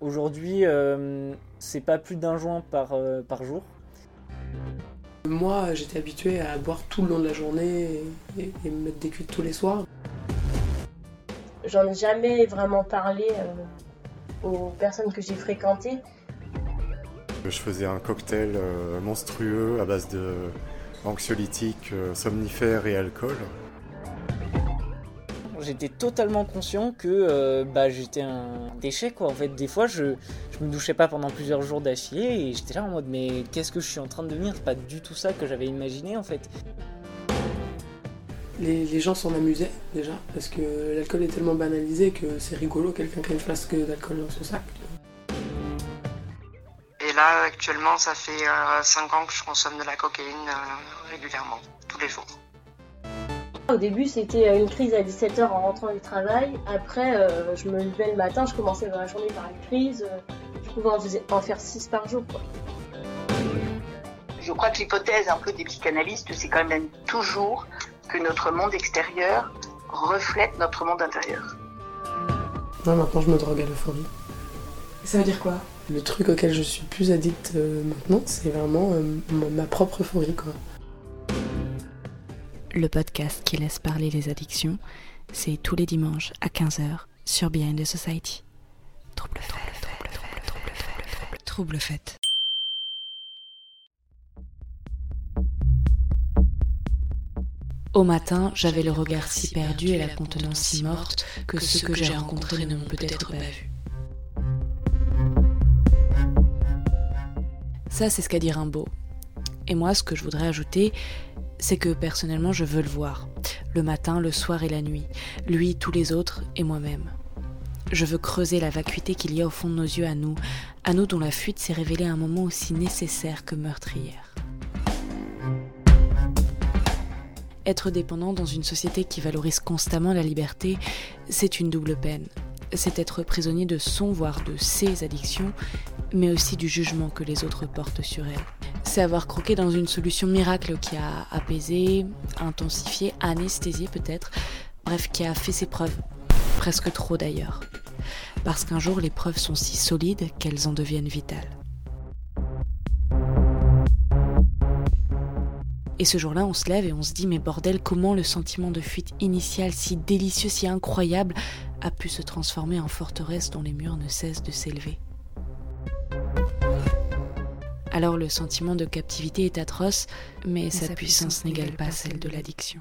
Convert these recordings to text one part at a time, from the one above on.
Aujourd'hui, c'est pas plus d'un joint par jour. Moi, j'étais habituée à boire tout le long de la journée et me mettre des cuites tous les soirs. J'en ai jamais vraiment parlé aux personnes que j'ai fréquentées. Je faisais un cocktail monstrueux à base de anxiolytiques, somnifères et alcool. J'étais totalement conscient que j'étais un déchet, quoi. En fait, des fois, je me douchais pas pendant plusieurs jours d'affilée et j'étais là en mode mais qu'est-ce que je suis en train de devenir ? C'est pas du tout ça que j'avais imaginé en fait. Les gens s'en amusaient déjà, parce que l'alcool est tellement banalisé que c'est rigolo quelqu'un qui a une flasque d'alcool dans son sac. Et là, actuellement, ça fait 5 ans que je consomme de la cocaïne régulièrement, tous les jours. Au début, c'était une crise à 17h en rentrant du travail. Après, je me levais le matin, je commençais la journée par une crise. Je pouvais en faire 6 par jour, quoi. Je crois que l'hypothèse un peu des psychanalystes, c'est quand même toujours que notre monde extérieur reflète notre monde intérieur. Moi, maintenant, je me drogue à l'euphorie. Ça veut dire quoi ? Le truc auquel je suis plus addict maintenant, c'est vraiment ma propre euphorie, quoi. Le podcast qui laisse parler les addictions, c'est tous les dimanches à 15h sur Behind the Society. Trouble fête. Au matin, j'avais le regard si perdu et la contenance si morte que ceux que j'ai rencontrés ne m'ont peut-être pas vu. Ça, c'est ce qu'a dit Rimbaud. Et moi, ce que je voudrais ajouter, c'est que personnellement, je veux le voir. Le matin, le soir et la nuit. Lui, tous les autres et moi-même. Je veux creuser la vacuité qu'il y a au fond de nos yeux à nous dont la fuite s'est révélée à un moment aussi nécessaire que meurtrière. Être dépendant dans une société qui valorise constamment la liberté, c'est une double peine. C'est être prisonnier de son, voire de ses addictions, mais aussi du jugement que les autres portent sur elle. C'est avoir croqué dans une solution miracle qui a apaisé, intensifié, anesthésié peut-être, bref, qui a fait ses preuves. Presque trop d'ailleurs. Parce qu'un jour, les preuves sont si solides qu'elles en deviennent vitales. Et ce jour-là, on se lève et on se dit « Mais bordel, comment le sentiment de fuite initial, si délicieux, si incroyable, a pu se transformer en forteresse dont les murs ne cessent de s'élever ?» Alors le sentiment de captivité est atroce, mais sa puissance n'égale pas celle de l'addiction.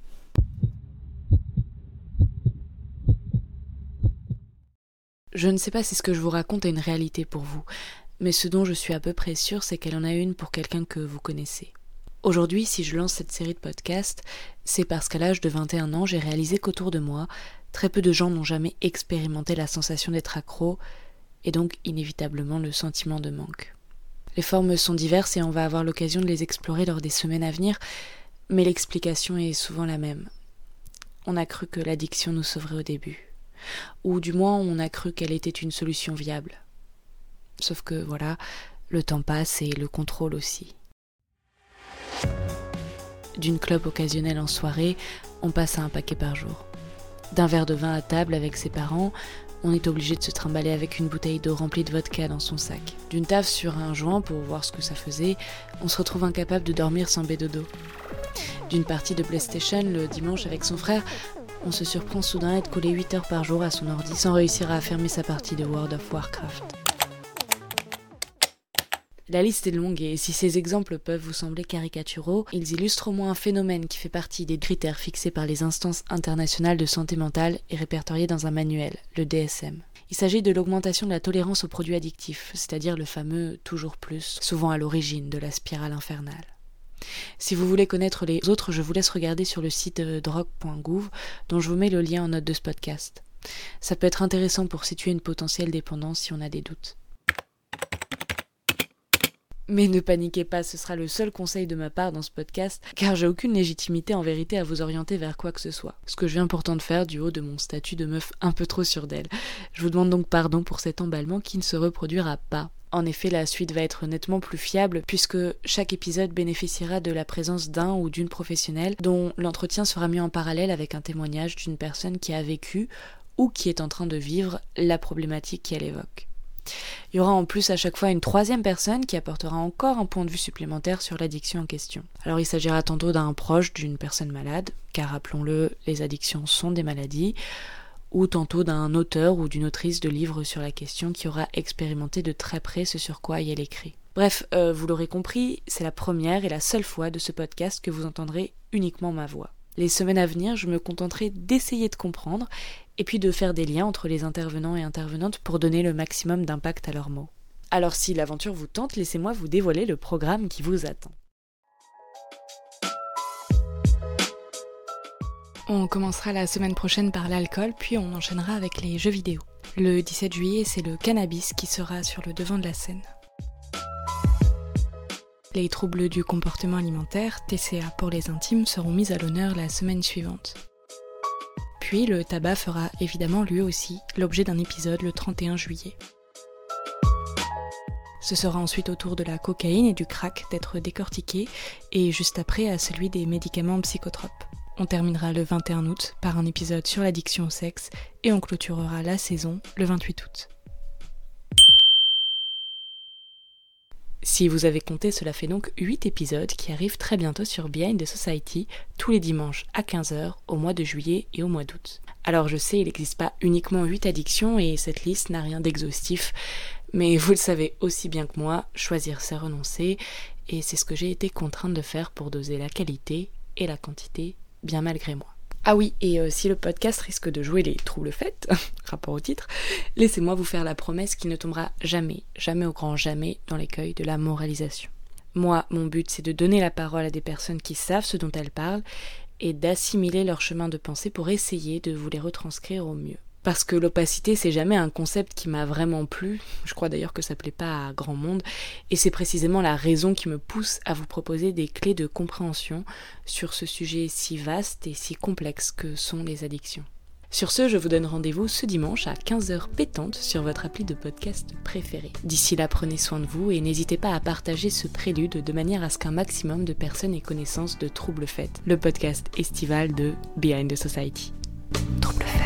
Je ne sais pas si ce que je vous raconte est une réalité pour vous, mais ce dont je suis à peu près sûre, c'est qu'elle en a une pour quelqu'un que vous connaissez. Aujourd'hui, si je lance cette série de podcasts, c'est parce qu'à l'âge de 21 ans, j'ai réalisé qu'autour de moi, très peu de gens n'ont jamais expérimenté la sensation d'être accro, et donc inévitablement le sentiment de manque. Les formes sont diverses et on va avoir l'occasion de les explorer lors des semaines à venir, mais l'explication est souvent la même. On a cru que l'addiction nous sauverait au début. Ou du moins, on a cru qu'elle était une solution viable. Sauf que, voilà, le temps passe et le contrôle aussi. D'une clope occasionnelle en soirée, on passe à un paquet par jour. D'un verre de vin à table avec ses parents, on est obligé de se trimballer avec une bouteille d'eau remplie de vodka dans son sac. D'une taffe sur un joint pour voir ce que ça faisait, on se retrouve incapable de dormir sans bédodo. D'une partie de PlayStation le dimanche avec son frère, on se surprend soudain à être collé 8 heures par jour à son ordi sans réussir à fermer sa partie de World of Warcraft. La liste est longue et si ces exemples peuvent vous sembler caricaturaux, ils illustrent au moins un phénomène qui fait partie des critères fixés par les instances internationales de santé mentale et répertoriés dans un manuel, le DSM. Il s'agit de l'augmentation de la tolérance aux produits addictifs, c'est-à-dire le fameux « toujours plus », souvent à l'origine de la spirale infernale. Si vous voulez connaître les autres, je vous laisse regarder sur le site drogue.gouv, dont je vous mets le lien en note de ce podcast. Ça peut être intéressant pour situer une potentielle dépendance si on a des doutes. Mais ne paniquez pas, ce sera le seul conseil de ma part dans ce podcast, car j'ai aucune légitimité en vérité à vous orienter vers quoi que ce soit. Ce que je viens pourtant de faire du haut de mon statut de meuf un peu trop sûre d'elle. Je vous demande donc pardon pour cet emballement qui ne se reproduira pas. En effet, la suite va être nettement plus fiable, puisque chaque épisode bénéficiera de la présence d'un ou d'une professionnelle, dont l'entretien sera mis en parallèle avec un témoignage d'une personne qui a vécu, ou qui est en train de vivre, la problématique qu'elle évoque. Il y aura en plus à chaque fois une troisième personne qui apportera encore un point de vue supplémentaire sur l'addiction en question. Alors il s'agira tantôt d'un proche d'une personne malade, car rappelons-le, les addictions sont des maladies, ou tantôt d'un auteur ou d'une autrice de livres sur la question qui aura expérimenté de très près ce sur quoi il est écrit. Bref, vous l'aurez compris, c'est la première et la seule fois de ce podcast que vous entendrez uniquement ma voix. Les semaines à venir, je me contenterai d'essayer de comprendre et puis de faire des liens entre les intervenants et intervenantes pour donner le maximum d'impact à leurs mots. Alors si l'aventure vous tente, laissez-moi vous dévoiler le programme qui vous attend. On commencera la semaine prochaine par l'alcool, puis on enchaînera avec les jeux vidéo. Le 17 juillet, c'est le cannabis qui sera sur le devant de la scène. Les troubles du comportement alimentaire, TCA pour les intimes, seront mis à l'honneur la semaine suivante. Puis le tabac fera évidemment lui aussi l'objet d'un épisode le 31 juillet. Ce sera ensuite au tour de la cocaïne et du crack d'être décortiqués, et juste après à celui des médicaments psychotropes. On terminera le 21 août par un épisode sur l'addiction au sexe, et on clôturera la saison le 28 août. Si vous avez compté, cela fait donc 8 épisodes qui arrivent très bientôt sur Behind the Society, tous les dimanches à 15h, au mois de juillet et au mois d'août. Alors je sais, il n'existe pas uniquement 8 addictions et cette liste n'a rien d'exhaustif, mais vous le savez aussi bien que moi, choisir c'est renoncer, et c'est ce que j'ai été contrainte de faire pour doser la qualité et la quantité, bien malgré moi. Ah oui, et si le podcast risque de jouer les troubles faits, rapport au titre, laissez-moi vous faire la promesse qu'il ne tombera jamais, jamais au grand jamais, dans l'écueil de la moralisation. Moi, mon but, c'est de donner la parole à des personnes qui savent ce dont elles parlent et d'assimiler leur chemin de pensée pour essayer de vous les retranscrire au mieux. Parce que l'opacité, c'est jamais un concept qui m'a vraiment plu, je crois d'ailleurs que ça plaît pas à grand monde, et c'est précisément la raison qui me pousse à vous proposer des clés de compréhension sur ce sujet si vaste et si complexe que sont les addictions. Sur ce, je vous donne rendez-vous ce dimanche à 15h pétante sur votre appli de podcast préféré. D'ici là, prenez soin de vous et n'hésitez pas à partager ce prélude de manière à ce qu'un maximum de personnes aient connaissance de Troubles Faits, le podcast estival de Behind the Society. Troubles Faits.